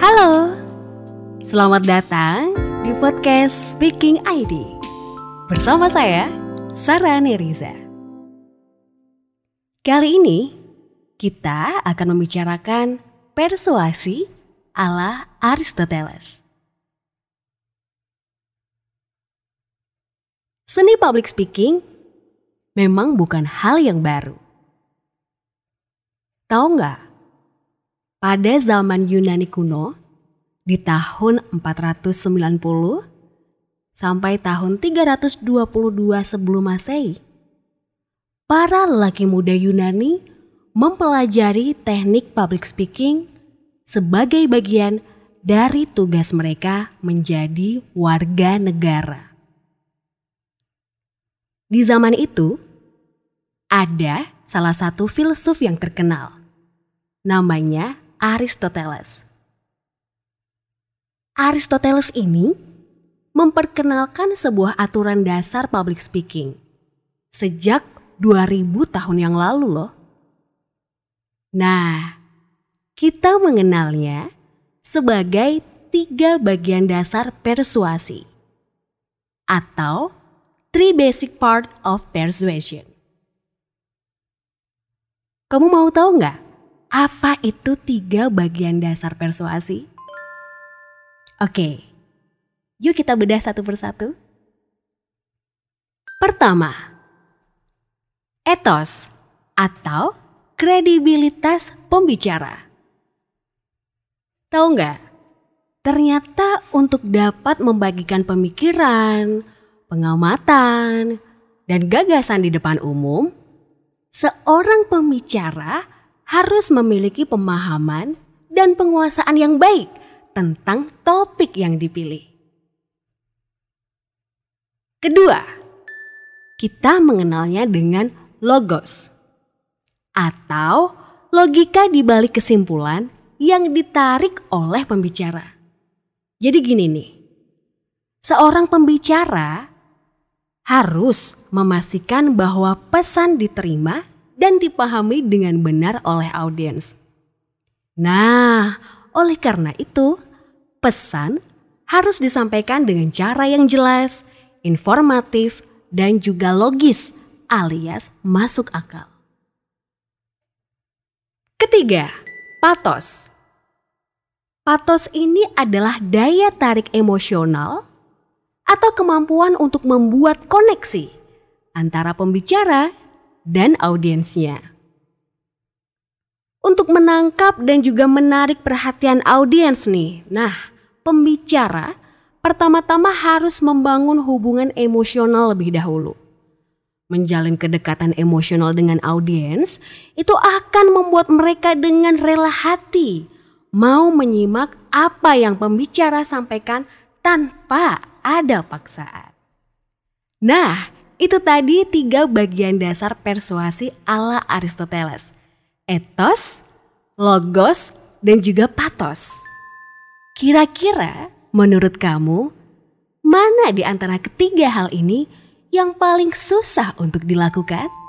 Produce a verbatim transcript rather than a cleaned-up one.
Halo, selamat datang di podcast Speaking I D bersama saya, Sarah Neriza. Kali ini kita akan membicarakan persuasi ala Aristoteles. Seni public speaking memang bukan hal yang baru. Tahu nggak? Pada zaman Yunani kuno, di tahun empat ratus sembilan puluh sampai tahun tiga ratus dua puluh dua sebelum Masehi, para lelaki muda Yunani mempelajari teknik public speaking sebagai bagian dari tugas mereka menjadi warga negara. Di zaman itu, ada salah satu filsuf yang terkenal, namanya Aristoteles. Aristoteles ini memperkenalkan sebuah aturan dasar public speaking sejak dua ribu tahun yang lalu loh. Nah, kita mengenalnya sebagai tiga bagian dasar persuasi atau three basic part of persuasion. Kamu mau tahu nggak apa itu tiga bagian dasar persuasi? Oke, yuk kita bedah satu persatu. Pertama, ethos atau kredibilitas pembicara. Tahu nggak? Ternyata untuk dapat membagikan pemikiran, pengamatan, dan gagasan di depan umum, seorang pembicara harus memiliki pemahaman dan penguasaan yang baik tentang topik yang dipilih. Kedua, kita mengenalnya dengan logos atau logika di balik kesimpulan yang ditarik oleh pembicara. Jadi gini nih, seorang pembicara harus memastikan bahwa pesan diterima dan dipahami dengan benar oleh audiens. Nah, oleh karena itu, pesan harus disampaikan dengan cara yang jelas, informatif, dan juga logis alias masuk akal. Ketiga, pathos. Pathos ini adalah daya tarik emosional atau kemampuan untuk membuat koneksi antara pembicara dan audiensnya. Untuk menangkap dan juga menarik perhatian audiens nih. Nah, pembicara pertama-tama harus membangun hubungan emosional lebih dahulu. Menjalin kedekatan emosional dengan audiens itu akan membuat mereka dengan rela hati mau menyimak apa yang pembicara sampaikan tanpa ada paksaan. Nah, itu tadi tiga bagian dasar persuasi ala Aristoteles. Ethos, logos, dan juga pathos. Kira-kira menurut kamu, mana di antara ketiga hal ini yang paling susah untuk dilakukan?